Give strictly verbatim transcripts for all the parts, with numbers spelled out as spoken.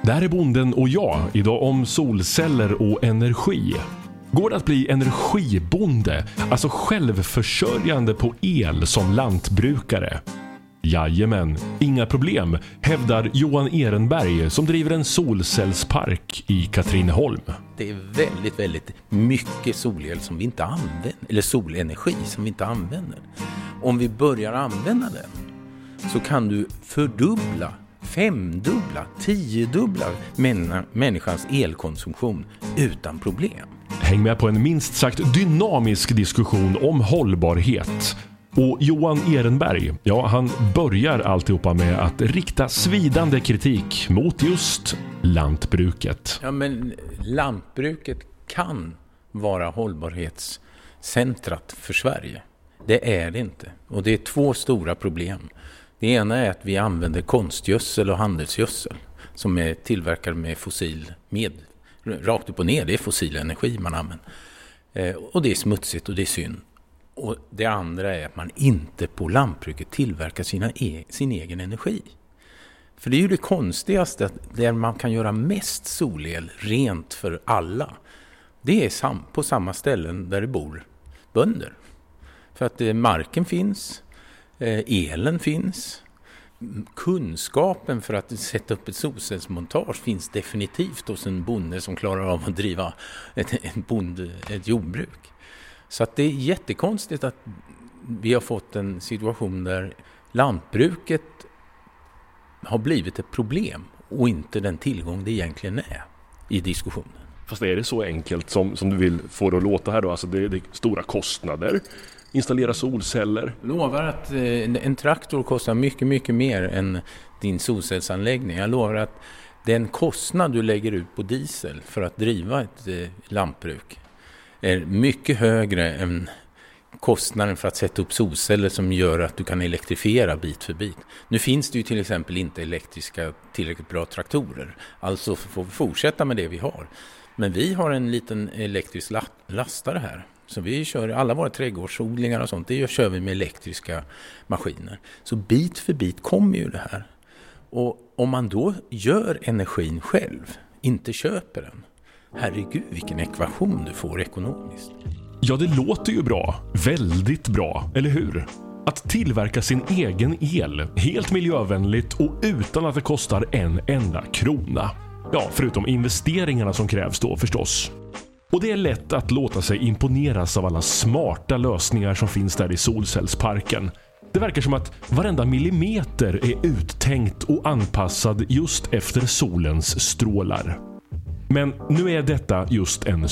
Det här är Bonden och jag, idag om solceller och energi. Går det att bli energibonde, alltså självförsörjande på el som lantbrukare? Jajamän, inga problem, hävdar Johan Ehrenberg som driver en solcellspark i Katrineholm. Det är väldigt, väldigt mycket solel som vi inte använder, eller solenergi som vi inte använder. Om vi börjar använda den så kan du fördubbla, femdubbla, tiodubbla människans elkonsumtion utan problem. Häng med på en minst sagt dynamisk diskussion om hållbarhet. Och Johan Ehrenberg, ja, han börjar alltihopa med att rikta svidande kritik mot just lantbruket. Ja, men lantbruket kan vara hållbarhetscentrat för Sverige. Det är det inte. Och det är två stora problem. Det ena är att vi använder konstgödsel och handelsgödsel som är tillverkade med fossil med. Rakt upp och ner, det är fossil energi man använder. Eh, och det är smutsigt och det är synd. Och det andra är att man inte på lantbruket tillverkar sina e- sin egen energi. För det är ju det konstigaste, att där man kan göra mest solel rent för alla, det är sam- på samma ställen där det bor bönder. För att eh, marken finns, eh, elen finns, kunskapen för att sätta upp ett solcellsmontage finns definitivt hos en bonde som klarar av att driva ett, ett, bonde, ett jordbruk. Så att det är jättekonstigt att vi har fått en situation där lantbruket har blivit ett problem och inte den tillgång det egentligen är i diskussionen. Fast är det så enkelt som, som du vill få det att låta här då? Alltså det, det är stora kostnader. Installera solceller. Jag lovar att eh, en traktor kostar mycket, mycket mer än din solcellsanläggning. Jag lovar att den kostnad du lägger ut på diesel för att driva ett eh, lantbruk är mycket högre än kostnaden för att sätta upp solceller som gör att du kan elektrifiera bit för bit. Nu finns det ju till exempel inte elektriska tillräckligt bra traktorer. Alltså får vi fortsätta med det vi har. Men vi har en liten elektrisk lastare här. Så vi kör alla våra trädgårdsodlingar och sånt, det kör vi med elektriska maskiner. Så bit för bit kommer ju det här. Och om man då gör energin själv, inte köper den, herregud vilken ekvation du får ekonomiskt. Ja, det låter ju bra. Väldigt bra, eller hur? Att tillverka sin egen el, helt miljövänligt och utan att det kostar en enda krona. Ja, förutom investeringarna som krävs då förstås. Och det är lätt att låta sig imponeras av alla smarta lösningar som finns där i solcellsparken. Det verkar som att varenda millimeter är uttänkt och anpassad just efter solens strålar. Men nu är detta just en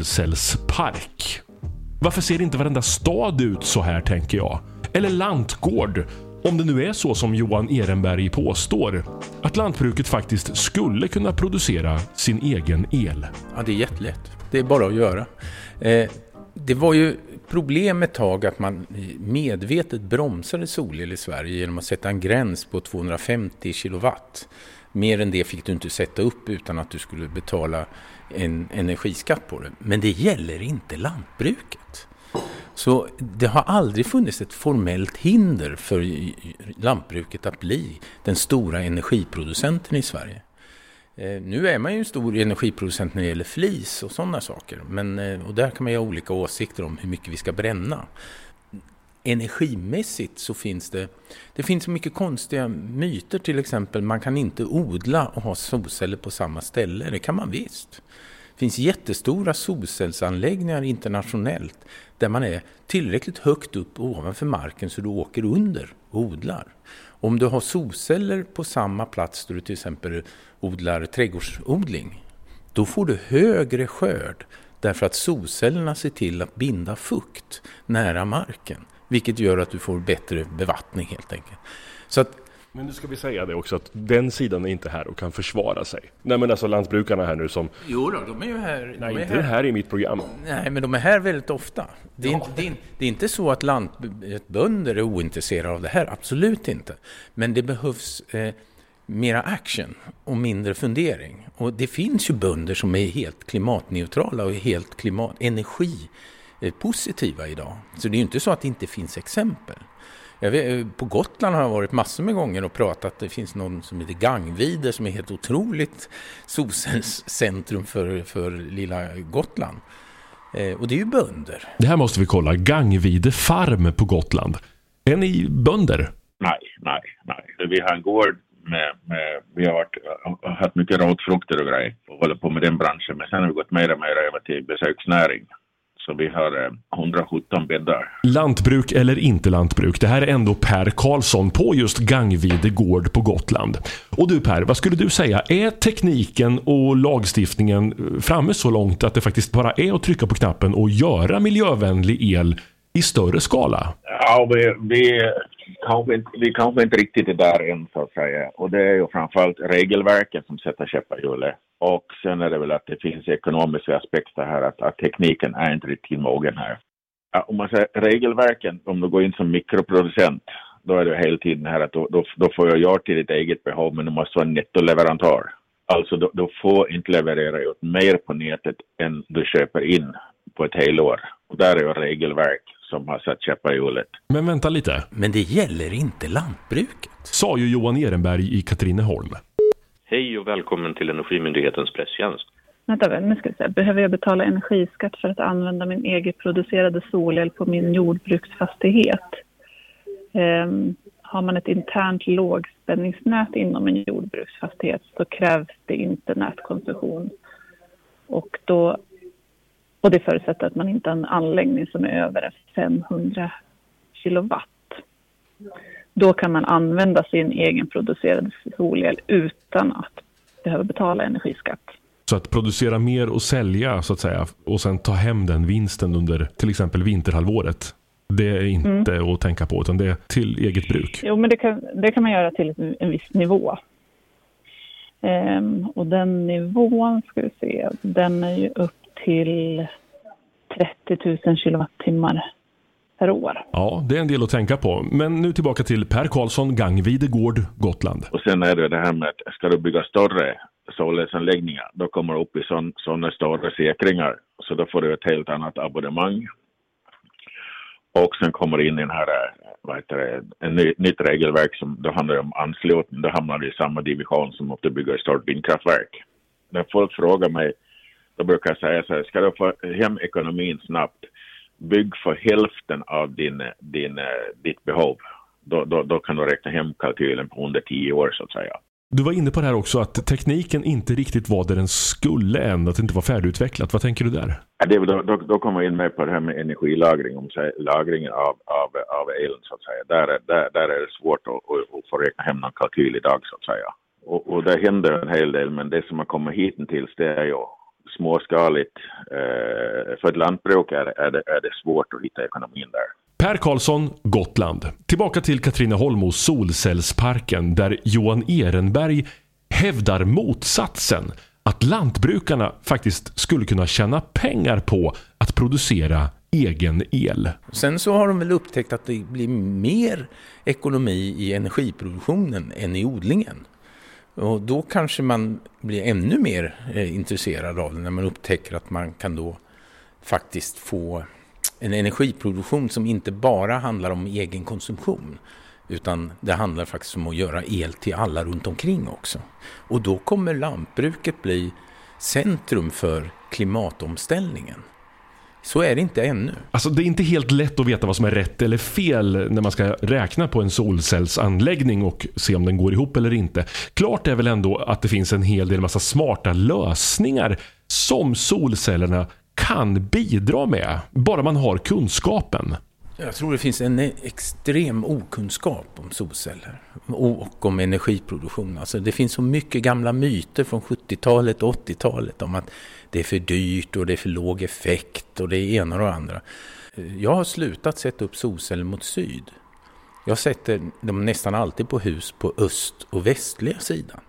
solcellspark. Varför ser inte varenda stad ut så här, tänker jag? Eller lantgård, om det nu är så som Johan Ehrenberg påstår, att lantbruket faktiskt skulle kunna producera sin egen el. Ja, det är jättelätt. Det är bara att göra. Eh, det var ju problem ett tag att man medvetet bromsade solel i Sverige genom att sätta en gräns på tvåhundrafemtio kilowatt. Mer än det fick du inte sätta upp utan att du skulle betala en energiskatt på det. Men det gäller inte lantbruket. Så det har aldrig funnits ett formellt hinder för lantbruket att bli den stora energiproducenten i Sverige. Eh, nu är man ju en stor energiproducent när det gäller flis och sådana saker. Men, eh, och där kan man ju ha olika åsikter om hur mycket vi ska bränna. Energimässigt så finns det, det finns så mycket konstiga myter, till exempel man kan inte odla och ha solceller på samma ställe. Det kan man visst. Det finns jättestora solcellsanläggningar internationellt där man är tillräckligt högt upp ovanför marken så du åker under och odlar. Om du har solceller på samma plats där du till exempel odlar trädgårdsodling, då får du högre skörd därför att solcellerna ser till att binda fukt nära marken, vilket gör att du får bättre bevattning helt enkelt. Så att Men nu ska vi säga det också, att den sidan är inte här och kan försvara sig. Nej, men alltså lantbrukarna här nu som... Jo då, de är ju här. Nej, de är inte här. här i mitt program. Nej, men de är här väldigt ofta. Det är, ja. inte, det är, det är inte så att lantbönder är ointresserade av det här, absolut inte. Men det behövs eh, mera action och mindre fundering. Och det finns ju bönder som är helt klimatneutrala och helt klimat, energi positiva idag. Så det är ju inte så att det inte finns exempel. Jag vet, på Gotland har jag varit massor med gånger och pratat. Det finns någon som heter Gangvide som är helt otroligt solcellscentrum för, för lilla Gotland. Eh, och det är ju bönder. Det här måste vi kolla. Gangvide farm på Gotland. Är ni bönder? Nej, nej, nej. Vi har en gård med, med vi har varit, haft mycket rotfrukter och grejer och håller på med den branschen. Men sen har vi gått mer och mer över till besöksnäring. Så vi har eh, hundrasjutton bäddar. Lantbruk eller inte lantbruk, det här är ändå Per Karlsson på just Gangvide gård på Gotland. Och du Per, vad skulle du säga? Är tekniken och lagstiftningen framme så långt att det faktiskt bara är att trycka på knappen och göra miljövänlig el i större skala? Ja, vi, vi, kanske inte, vi kanske inte riktigt är där än så att säga. Och det är ju framförallt regelverket som sätter käppar i hjulet. Och sen är det väl att det finns ekonomiska aspekter här, att, att tekniken är inte riktigt mogen här. Ja, om man säger regelverken, om du går in som mikroproducent, då är det hela tiden här att då, då, då får jag göra till ditt eget behov, men du måste vara en nettoleverantör. Alltså då, då får inte leverera ut mer på nätet än du köper in på ett helår. Och där är ju regelverk som har satt käppar i hjulet. Men vänta lite. Men det gäller inte lantbruket. Sa ju Johan Ehrenberg i Katrineholm. Hej och välkommen till Energimyndighetens presstjänst. Vänta väl, nu ska jag säga. Behöver jag betala energiskatt för att använda min egenproducerade solel på min jordbruksfastighet? Um, har man ett internt lågspänningsnät inom en jordbruksfastighet så krävs det inte nätkoncession. Och, då, och det förutsätter att man inte har en anläggning som är över femhundra kilowatt. Då kan man använda sin egenproducerade solel utan att behöva betala energiskatt. Så att producera mer och sälja så att säga och sen ta hem den vinsten under till exempel vinterhalvåret. Det är inte mm. att tänka på utan det är till eget bruk. Jo, men det kan, det kan man göra till en viss nivå. Ehm, och den nivån ska vi se, den är ju upp till trettio tusen kilowattimmar per år. Ja, det är en del att tänka på. Men nu tillbaka till Per Karlsson, Gangvide gård, Gotland. Och sen är det det här med att ska du bygga större solelsanläggningar, då kommer du upp i sådana stora säkringar. Så då får du ett helt annat abonnemang. Och sen kommer det in i den här, vad heter det, en ny, nytt regelverk som då handlar om anslutning. Då hamnar det i samma division som att du bygger ett stort vindkraftverk. När folk frågar mig, då brukar jag säga så här, ska du få hem ekonomin snabbt, bygg för hälften av din, din, ditt behov. Då, då, då kan du räkna hem kalkylen på under tio år så att säga. Du var inne på det här också att tekniken inte riktigt var där den skulle än, att det inte var färdigutvecklat. Vad tänker du där? Ja, det, då, då, då kommer jag in med på det här med energilagring, om sig, lagringen av, av, av elen så att säga. Där, där, där är det svårt att, att, att få räkna hem någon kalkyl idag så att säga. Och, och det händer en hel del, men det som har kommit hittills det är ju småskaligt. Eh, för ett lantbruk är, är, det, är det svårt att hitta ekonomin där. Per Karlsson, Gotland. Tillbaka till Katrineholm och solcellsparken där Johan Ehrenberg hävdar motsatsen. Att lantbrukarna faktiskt skulle kunna tjäna pengar på att producera egen el. Sen så har de väl upptäckt att det blir mer ekonomi i energiproduktionen än i odlingen. Och då kanske man blir ännu mer eh, intresserad av det när man upptäcker att man kan då faktiskt få en energiproduktion som inte bara handlar om egen konsumtion, utan det handlar faktiskt om att göra el till alla runt omkring också. Och då kommer lantbruket bli centrum för klimatomställningen. Så är det inte ännu. Alltså det är inte helt lätt att veta vad som är rätt eller fel när man ska räkna på en solcellsanläggning och se om den går ihop eller inte. Klart är väl ändå att det finns en hel del massa smarta lösningar som solcellerna kan bidra med, bara man har kunskapen. Jag tror det finns en extrem okunskap om solceller och om energiproduktion. Alltså det finns så mycket gamla myter från sjuttiotalet och åttiotalet om att det är för dyrt och det är för låg effekt och det är ena och det andra. Jag har slutat sätta upp solceller mot syd. Jag sätter dem nästan alltid på hus på öst- och västliga sidan.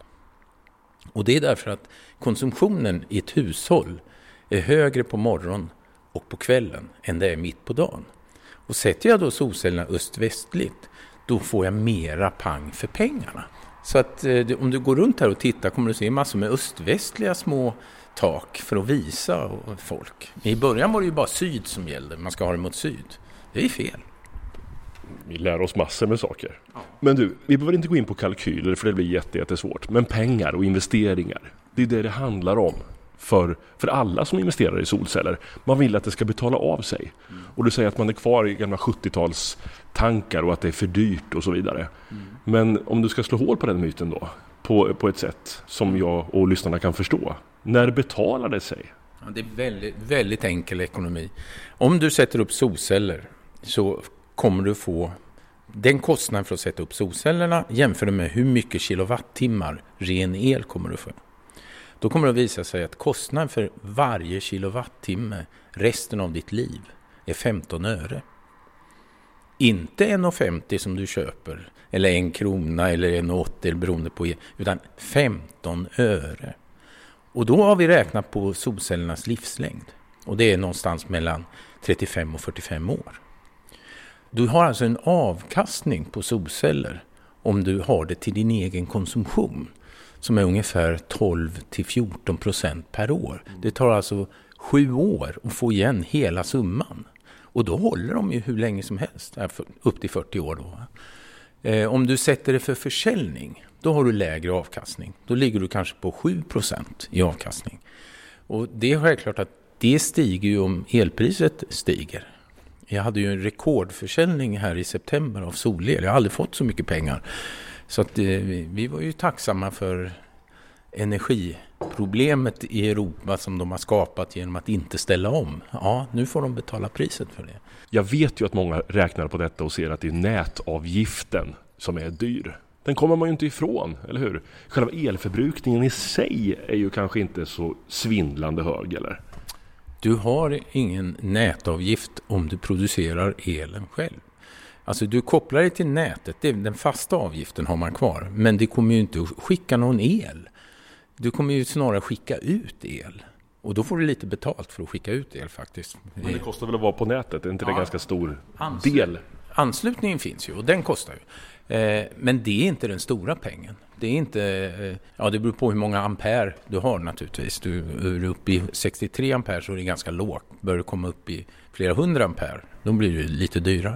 Och det är därför att konsumtionen i ett hushåll är högre på morgon och på kvällen än det är mitt på dagen. Och sätter jag då solcellerna öst-västligt, då får jag mera pang för pengarna. Så att eh, om du går runt här och tittar kommer du se massor med öst-västliga små tak för att visa folk. Men i början var det ju bara syd som gällde, man ska ha det mot syd. Det är fel. vi lär oss massor med saker. Ja. Men du, vi behöver inte gå in på kalkyler för det blir jätte, jättesvårt. Men pengar och investeringar, det är det det handlar om för, för alla som investerar i solceller. Man vill att det ska betala av sig. Mm. Och du säger att man är kvar i gamla sjuttio-tals tankar och att det är för dyrt och så vidare. Mm. Men om du ska slå hål på den myten då, på, på ett sätt som jag och lyssnarna kan förstå. När betalar det sig? Ja, det är väldigt, väldigt enkel ekonomi. Om du sätter upp solceller så kommer du få den kostnaden för att sätta upp solcellerna jämför med hur mycket kilowattimmar ren el kommer du få. Då kommer det att visa sig att kostnaden för varje kilowattimme resten av ditt liv är femton öre. Inte en krona femtio som du köper eller en krona eller en åttio beroende på el, utan femton öre. Och då har vi räknat på solcellernas livslängd. Och det är någonstans mellan trettiofem och fyrtiofem år. Du har alltså en avkastning på solceller om du har det till din egen konsumtion som är ungefär tolv till fjorton procent per år. Det tar alltså sju år att få igen hela summan. Och då håller de ju hur länge som helst, upp till fyrtio år då. Eh, om du sätter det för försäljning, då har du lägre avkastning. Då ligger du kanske på sju procent i avkastning. Och det är självklart att det stiger ju om elpriset stiger. Jag hade ju en rekordförsäljning här i september av solel. Jag har aldrig fått så mycket pengar. Så att, eh, vi var ju tacksamma för energiproblemet i Europa som de har skapat genom att inte ställa om. Ja, nu får de betala priset för det. Jag vet ju att många räknar på detta och ser att det är nätavgiften som är dyr. Den kommer man ju inte ifrån, eller hur? Själva elförbrukningen i sig är ju kanske inte så svindlande hög, eller? Du har ingen nätavgift om du producerar elen själv. Alltså du kopplar det till nätet, det, den fasta avgiften har man kvar. Men det kommer ju inte att skicka någon el. Du kommer ju snarare skicka ut el. Och då får du lite betalt för att skicka ut el faktiskt. Men det kostar väl att vara på nätet? Är inte det ja, ganska stor anslut, del? Anslutningen finns ju och den kostar ju. Eh, men det är inte den stora pengen. Det är inte, eh, ja det beror på hur många ampere du har naturligtvis. Du är uppe i sextiotre ampere så är det ganska lågt. Börjar du komma upp i flera hundra ampere, då blir det lite dyrare.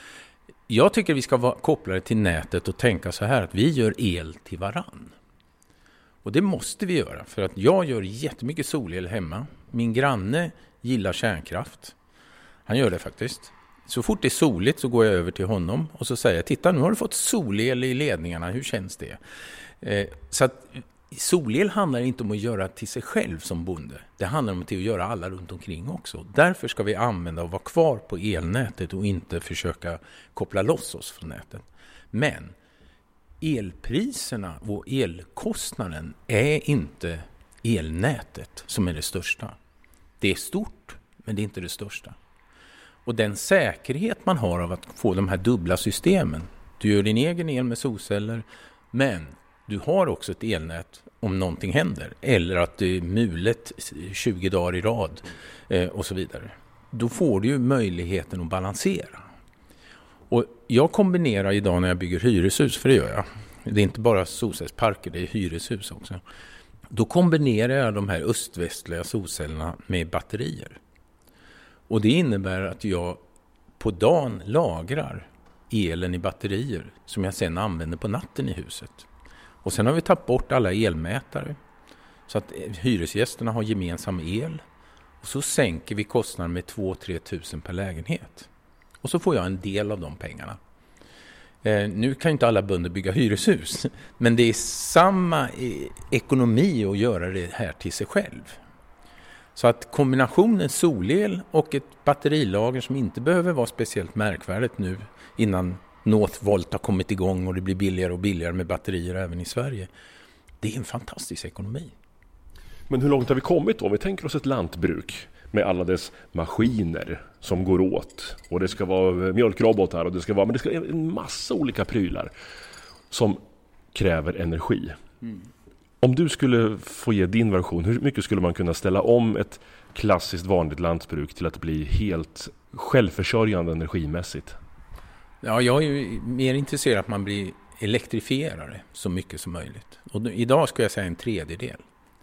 Jag tycker vi ska vara kopplade till nätet och tänka så här att vi gör el till varann. Och det måste vi göra för att jag gör jättemycket solel hemma. Min granne gillar kärnkraft. Han gör det faktiskt. Så fort det är soligt så går jag över till honom och så säger jag, titta nu har du fått solel i ledningarna, hur känns det? Eh, så att solel handlar inte om att göra till sig själv som bonde. Det handlar om att göra alla runt omkring också. Därför ska vi använda och vara kvar på elnätet och inte försöka koppla loss oss från nätet. Men elpriserna och elkostnaden är inte elnätet som är det största. Det är stort, men det är inte det största. Och den säkerhet man har av att få de här dubbla systemen. Du gör din egen el med solceller, men du har också ett elnät om någonting händer. Eller att det är mulet tjugo dagar i rad eh, och så vidare. Då får du ju möjligheten att balansera. Och jag kombinerar idag när jag bygger hyreshus, för det gör jag. Det är inte bara solcellsparker, det är hyreshus också. Då kombinerar jag de här öst-västliga solcellerna med batterier. Och det innebär att jag på dagen lagrar elen i batterier som jag sedan använder på natten i huset. Och sen har vi tagit bort alla elmätare så att hyresgästerna har gemensam el. Och så sänker vi kostnaden med två till tre tusen per lägenhet. Och så får jag en del av de pengarna. Eh, nu kan inte alla bönder bygga hyreshus, men det är samma eh, ekonomi att göra det här till sig själv. Så att kombinationen solel och ett batterilager som inte behöver vara speciellt märkvärdigt nu innan Northvolt har kommit igång och det blir billigare och billigare med batterier även i Sverige. Det är en fantastisk ekonomi. Men hur långt har vi kommit då? Om vi tänker oss ett lantbruk med alla dess maskiner som går åt. Och det ska vara mjölkrobotar och det ska vara, men det ska vara en massa olika prylar som kräver energi. Mm. Om du skulle få ge din version, hur mycket skulle man kunna ställa om ett klassiskt vanligt lantbruk till att bli helt självförsörjande energimässigt? Ja, jag är ju mer intresserad att man blir elektrifierare så mycket som möjligt. Och idag ska jag säga en tredjedel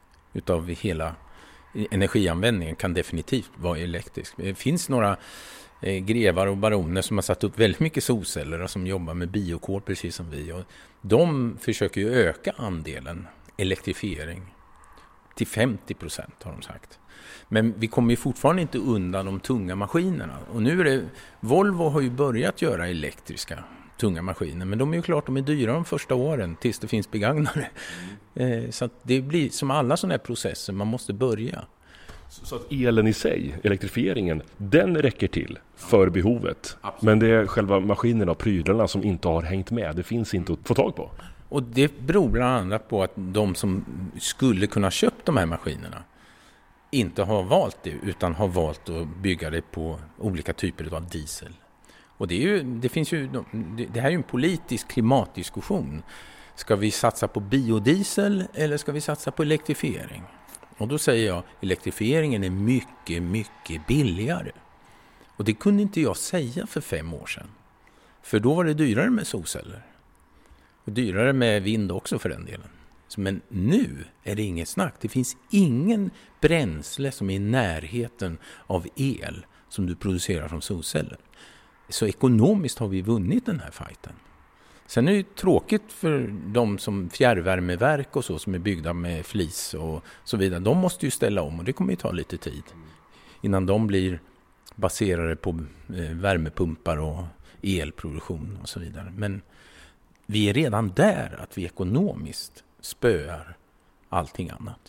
utav hela energianvändningen kan definitivt vara elektrisk. Det finns några eh, grevar och baroner som har satt upp väldigt mycket solceller och som jobbar med biokol precis som vi. Och de försöker ju öka andelen elektrifiering till femtio procent har de sagt. Men vi kommer ju fortfarande inte undan de tunga maskinerna. Och nu är det, Volvo har ju börjat göra elektriska tunga maskiner. Men de är ju klart, de är dyra de första åren tills det finns begagnare. Mm. Eh, så att det blir som alla sådana här processer, man måste börja. Så att elen i sig, elektrifieringen, den räcker till för behovet. Absolut. Men det är själva maskinerna och prylarna som inte har hängt med. Det finns inte att få tag på. Och det beror bland annat på att de som skulle kunna köpa de här maskinerna inte har valt det, utan har valt att bygga det på olika typer av diesel. Och det, är ju, det, finns ju, det här är ju en politisk klimatdiskussion. Ska vi satsa på biodiesel eller ska vi satsa på elektrifiering? Och då säger jag, elektrifieringen är mycket, mycket billigare. Och det kunde inte jag säga för fem år sedan. För då var det dyrare med solceller. Och dyrare med vind också för den delen. Men nu är det inget snack. Det finns ingen bränsle som är i närheten av el som du producerar från solceller. Så ekonomiskt har vi vunnit den här fighten. Sen är det tråkigt för de som fjärrvärmeverk och så som är byggda med flis och så vidare. De måste ju ställa om och det kommer ju ta lite tid innan de blir baserade på värmepumpar och elproduktion och så vidare. Men vi är redan där att vi ekonomiskt spöar allting annat.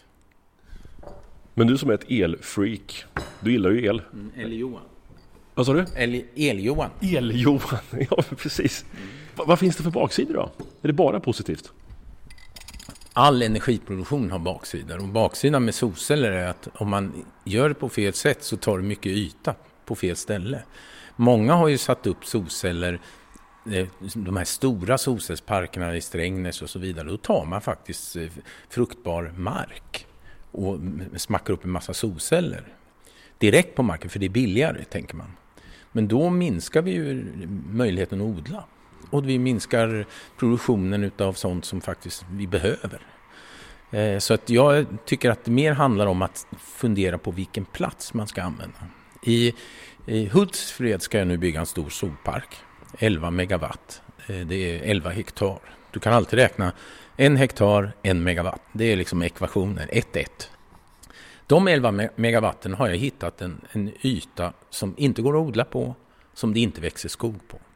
Men du som är ett elfreak, du gillar ju el. Mm, El-Johan. Vad sa du? El- El-Johan. El-Johan, ja precis. Mm. Va- vad finns det för baksidor då? Är det bara positivt? All energiproduktion har baksidor. Och baksidan med solceller är att om man gör det på fel sätt så tar det mycket yta på fel ställe. Många har ju satt upp solceller, de här stora solcellsparkerna i Strängnäs och så vidare. Då tar man faktiskt fruktbar mark och smackar upp en massa solceller direkt på marken, för det är billigare, tänker man. Men då minskar vi ju möjligheten att odla. Och vi minskar produktionen av sånt som faktiskt vi behöver. Så att jag tycker att det mer handlar om att fundera på vilken plats man ska använda. I, i Hultsfred ska jag nu bygga en stor solpark. elva megawatt. Det är elva hektar. Du kan alltid räkna en hektar, en megawatt. Det är liksom ekvationen, ett ett. De elva megawatten har jag hittat en, en yta som inte går att odla på, som det inte växer skog på.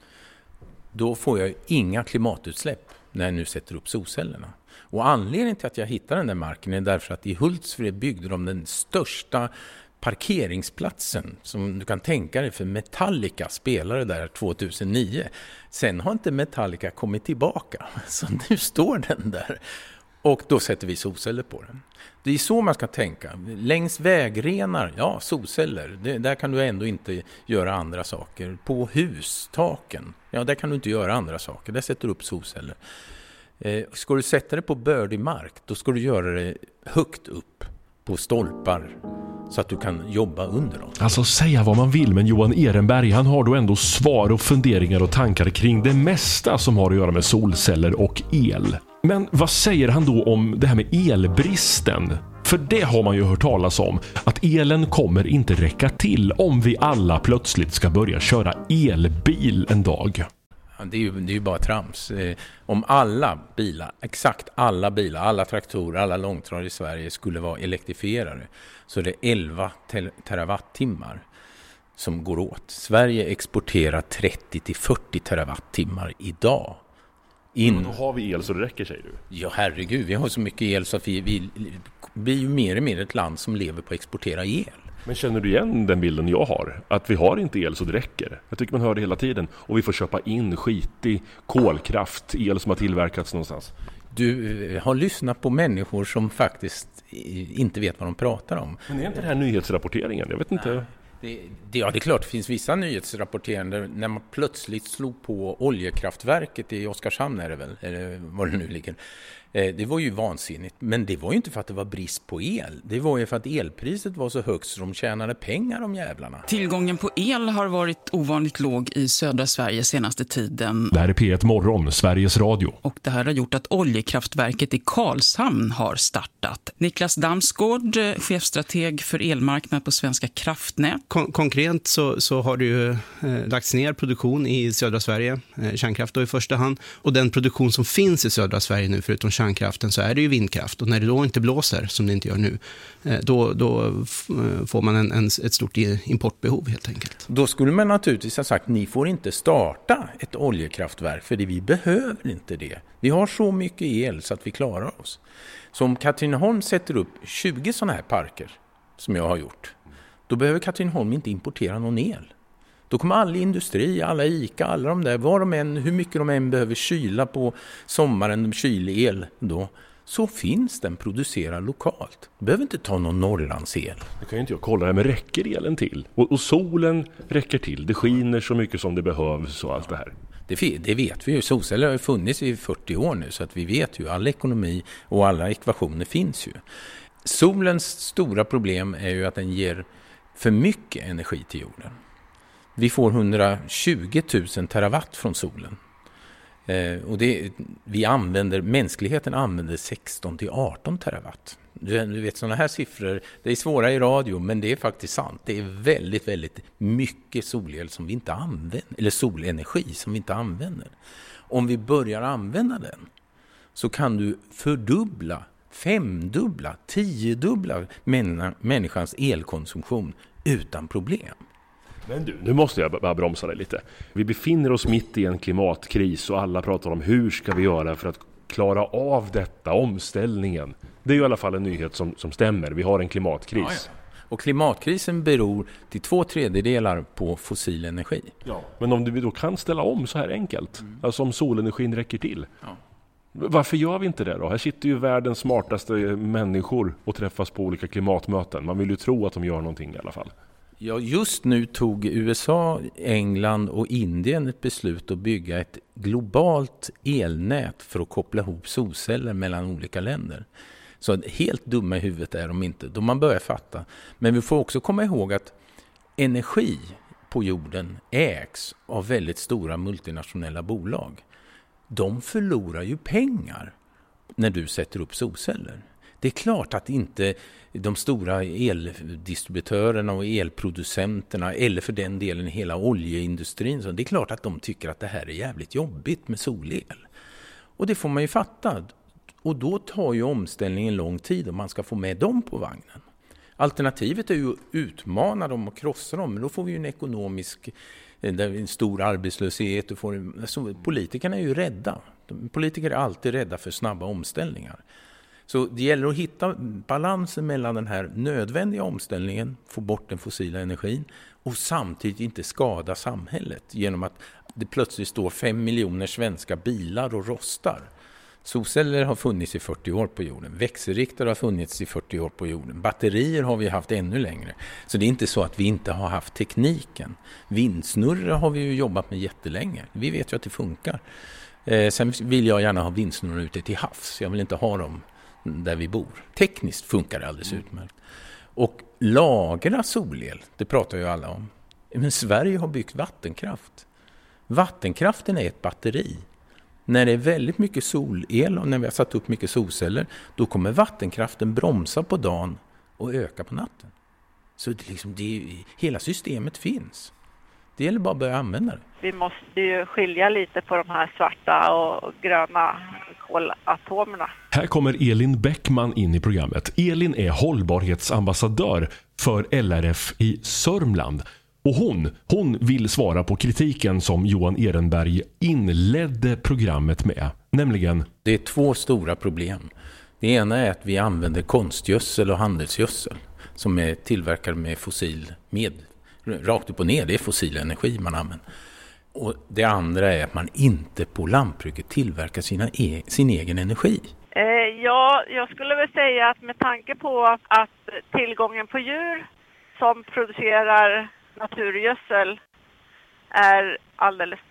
Då får jag inga klimatutsläpp när jag nu sätter upp solcellerna. Och anledningen till att jag hittar den där marken är därför att i Hultsfred byggde de den största parkeringsplatsen som du kan tänka dig för Metallica spelare där tjugohundranio. Sen har inte Metallica kommit tillbaka, så nu står den där. Och då sätter vi solceller på den. Det är så man ska tänka. Längs vägrenar, ja, solceller. Det, där kan du ändå inte göra andra saker. På hustaken, ja, där kan du inte göra andra saker. Där sätter du upp solceller. Eh, ska du sätta det på bördig mark, då ska du göra det högt upp på stolpar så att du kan jobba under dem. Alltså säga vad man vill, men Johan Ehrenberg, han har då ändå svar och funderingar och tankar kring det mesta som har att göra med solceller och el. Men vad säger han då om det här med elbristen? För det har man ju hört talas om, att elen kommer inte räcka till om vi alla plötsligt ska börja köra elbil en dag. Ja, det är ju, det är ju bara trams. Eh, om alla bilar, exakt alla bilar, alla traktorer, alla långtradare i Sverige skulle vara elektrifierade, så är det elva terawattimmar som går åt. Sverige exporterar trettio till fyrtio terawattimmar idag. In... Då har vi el så det räcker, säger du? Ja, herregud, vi har så mycket el så att vi, vi, vi är ju mer och mer ett land som lever på att exportera el. Men känner du igen den bilden jag har? Att vi har inte el så det räcker. Jag tycker man hör det hela tiden. Och vi får köpa in skitig kolkraft, el som har tillverkats någonstans. Du har lyssnat på människor som faktiskt inte vet vad de pratar om. Men är inte det här nyhetsrapporteringen? Jag vet inte. Nej. Det, det, ja, det är klart det finns vissa nyhetsrapporterande när man plötsligt slog på oljekraftverket i Oskarshamn är det väl, eller var det nu ligger. Det var ju vansinnigt, men det var ju inte för att det var brist på el. Det var ju för att elpriset var så högt så de tjänade pengar om jävlarna. Tillgången på el har varit ovanligt låg i södra Sverige senaste tiden. Det här är P ett Morgon, Sveriges Radio. Och det här har gjort att oljekraftverket i Karlshamn har startat. Niklas Damsgård, chefstrateg för elmarknad på Svenska kraftnät. Kon- konkret så, så har det ju eh, lagts ner produktion i södra Sverige, eh, kärnkraft då i första hand. Och den produktion som finns i södra Sverige nu förutom kärnkraften så är det ju vindkraft. Och när det då inte blåser, som det inte gör nu, eh, då, då f- får man en, en, ett stort importbehov helt enkelt. Då skulle man naturligtvis ha sagt, ni får inte starta ett oljekraftverk för det, vi behöver inte det. Vi har så mycket el så att vi klarar oss. Så om Katrineholm sätter upp tjugo sådana här parker som jag har gjort, då behöver Katrineholm inte importera någon el. Då kommer all industri, alla ICA, alla de där, var de än, hur mycket de än behöver kyla på sommaren, kylig el då, så finns den producerad lokalt. Du behöver inte ta någon Norrlandsel. Det kan ju inte jag kolla, men räcker elen till? Och, och solen räcker till, det skiner så mycket som det behövs och allt det här. Det, det vet vi ju, solceller har ju funnits i fyrtio år nu så att vi vet ju, all ekonomi och alla ekvationer finns ju. Solens stora problem är ju att den ger för mycket energi till jorden. Vi får hundratjugo tusen terawatt från solen. Eh, och det, vi använder, mänskligheten använder sexton till arton terawatt. Du, du vet, sådana här siffror, det är svåra i radio, men det är faktiskt sant. Det är väldigt, väldigt mycket solel som vi inte använder, eller solenergi som vi inte använder. Om vi börjar använda den så kan du fördubbla, femdubbla, tiodubbla män, människans elkonsumtion utan problem. Men du, nu måste jag bara bromsa dig lite. Vi befinner oss mitt i en klimatkris och alla pratar om hur ska vi göra för att klara av detta, omställningen. Det är ju i alla fall en nyhet som, som stämmer. Vi har en klimatkris. Ja, ja. Och klimatkrisen beror till två tredjedelar på fossil energi. Ja, men om du då kan ställa om så här enkelt, mm. alltså om solenergin räcker till. Ja. Varför gör vi inte det då? Här sitter ju världens smartaste människor och träffas på olika klimatmöten. Man vill ju tro att de gör någonting i alla fall. Ja, just nu tog U S A, England och Indien ett beslut att bygga ett globalt elnät för att koppla ihop solceller mellan olika länder. Så helt dumma i huvudet är de inte, då man börjar fatta. Men vi får också komma ihåg att energi på jorden ägs av väldigt stora multinationella bolag. De förlorar ju pengar när du sätter upp solceller. Det är klart att inte de stora eldistributörerna och elproducenterna eller för den delen hela oljeindustrin, så det är klart att de tycker att det här är jävligt jobbigt med solel. Och det får man ju fatta. Och då tar ju omställningen lång tid om man ska få med dem på vagnen. Alternativet är ju att utmana dem och krossa dem, men då får vi ju en ekonomisk, en stor arbetslöshet. Och får, alltså, politikerna är ju rädda. Politiker är alltid rädda för snabba omställningar. Så det gäller att hitta balansen mellan den här nödvändiga omställningen, få bort den fossila energin och samtidigt inte skada samhället genom att det plötsligt står fem miljoner svenska bilar och rostar. Solceller har funnits i fyrtio år på jorden, växelriktare har funnits i fyrtio år på jorden, batterier har vi haft ännu längre. Så det är inte så att vi inte har haft tekniken. Vindsnurror har vi ju jobbat med jättelänge, vi vet ju att det funkar. Eh, sen vill jag gärna ha vindsnurror ute till havs, jag vill inte ha dem där vi bor. Tekniskt funkar det alldeles utmärkt. Och lagra solel, det pratar ju alla om. Men Sverige har byggt vattenkraft. Vattenkraften är ett batteri. När det är väldigt mycket solel och när vi har satt upp mycket solceller, då kommer vattenkraften bromsa på dagen och öka på natten. Så det liksom, det, hela systemet finns. Det gäller bara att börja använda det. Vi måste ju skilja lite på de här svarta och gröna kolatomerna. Här kommer Elin Bäckman in i programmet. Elin är hållbarhetsambassadör för L R F i Sörmland. Och hon, hon vill svara på kritiken som Johan Ehrenberg inledde programmet med. Nämligen... Det är två stora problem. Det ena är att vi använder konstgödsel och handelsgödsel som är tillverkade med fossil med. Rakt upp och ner, det är fossil energi man använder. Och det andra är att man inte på lantbruket tillverkar sina e- sin egen energi. Eh, ja, jag skulle väl säga att med tanke på att tillgången på djur som producerar naturgödsel är alldeles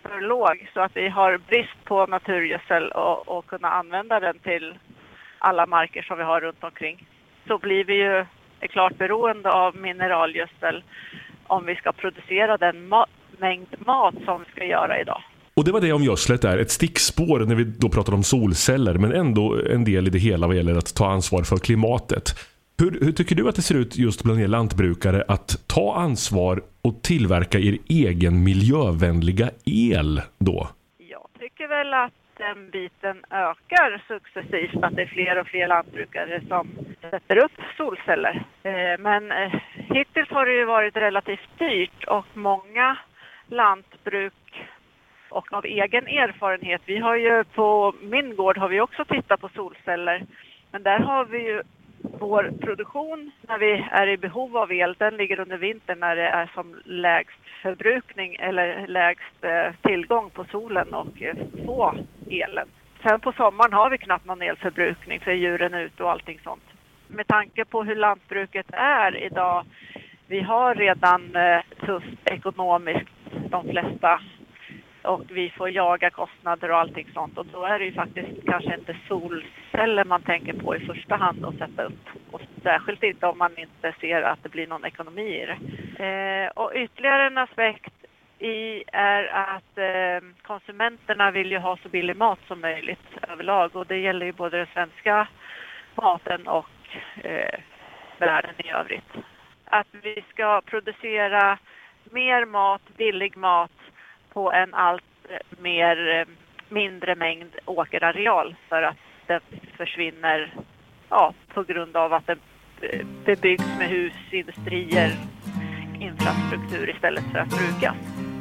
för låg så att vi har brist på naturgödsel och, och kunna använda den till alla marker som vi har runt omkring, så blir vi ju är klart beroende av mineralgödsel om vi ska producera den ma- mängd mat som vi ska göra idag. Och det var det om gödslet där, ett stickspår när vi då pratar om solceller, men ändå en del i det hela vad gäller att ta ansvar för klimatet. Hur, hur tycker du att det ser ut just bland er lantbrukare att ta ansvar och tillverka er egen miljövänliga el då? Jag tycker väl att den biten ökar successivt, att det är fler och fler lantbrukare som sätter upp solceller. Men hittills har det ju varit relativt dyrt och många lantbruk, och av egen erfarenhet, vi har ju på min gård har vi också tittat på solceller, men där har vi ju vår produktion när vi är i behov av el, den ligger under vintern när det är som lägst förbrukning eller lägst eh, tillgång på solen och eh, få elen. Sen på sommaren har vi knappt någon elförbrukning för djuren ute och allting sånt. Med tanke på hur lantbruket är idag, vi har redan eh, tufft ekonomiskt de flesta, och vi får jaga kostnader och allting sånt, och då är det ju faktiskt kanske inte solceller man tänker på i första hand att sätta upp, och särskilt inte om man inte ser att det blir någon ekonomi i det. Eh, och ytterligare en aspekt i är att eh, konsumenterna vill ju ha så billig mat som möjligt överlag, och det gäller ju både den svenska maten och eh, världen i övrigt. Att vi ska producera mer mat, billig mat, på en allt mer mindre mängd åkerareal, för att den försvinner ja, på grund av att det bebyggs med hus, industrier, infrastruktur istället för att brukas.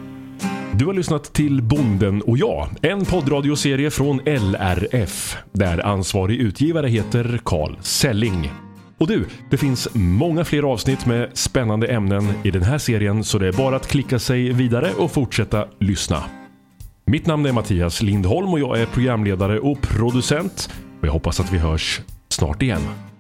Du har lyssnat till Bonden och jag, en poddradioserie från L R F, där ansvarig utgivare heter Carl Selling. Och du, det finns många fler avsnitt med spännande ämnen i den här serien, så det är bara att klicka sig vidare och fortsätta lyssna. Mitt namn är Mattias Lindholm och jag är programledare och producent, och jag hoppas att vi hörs snart igen.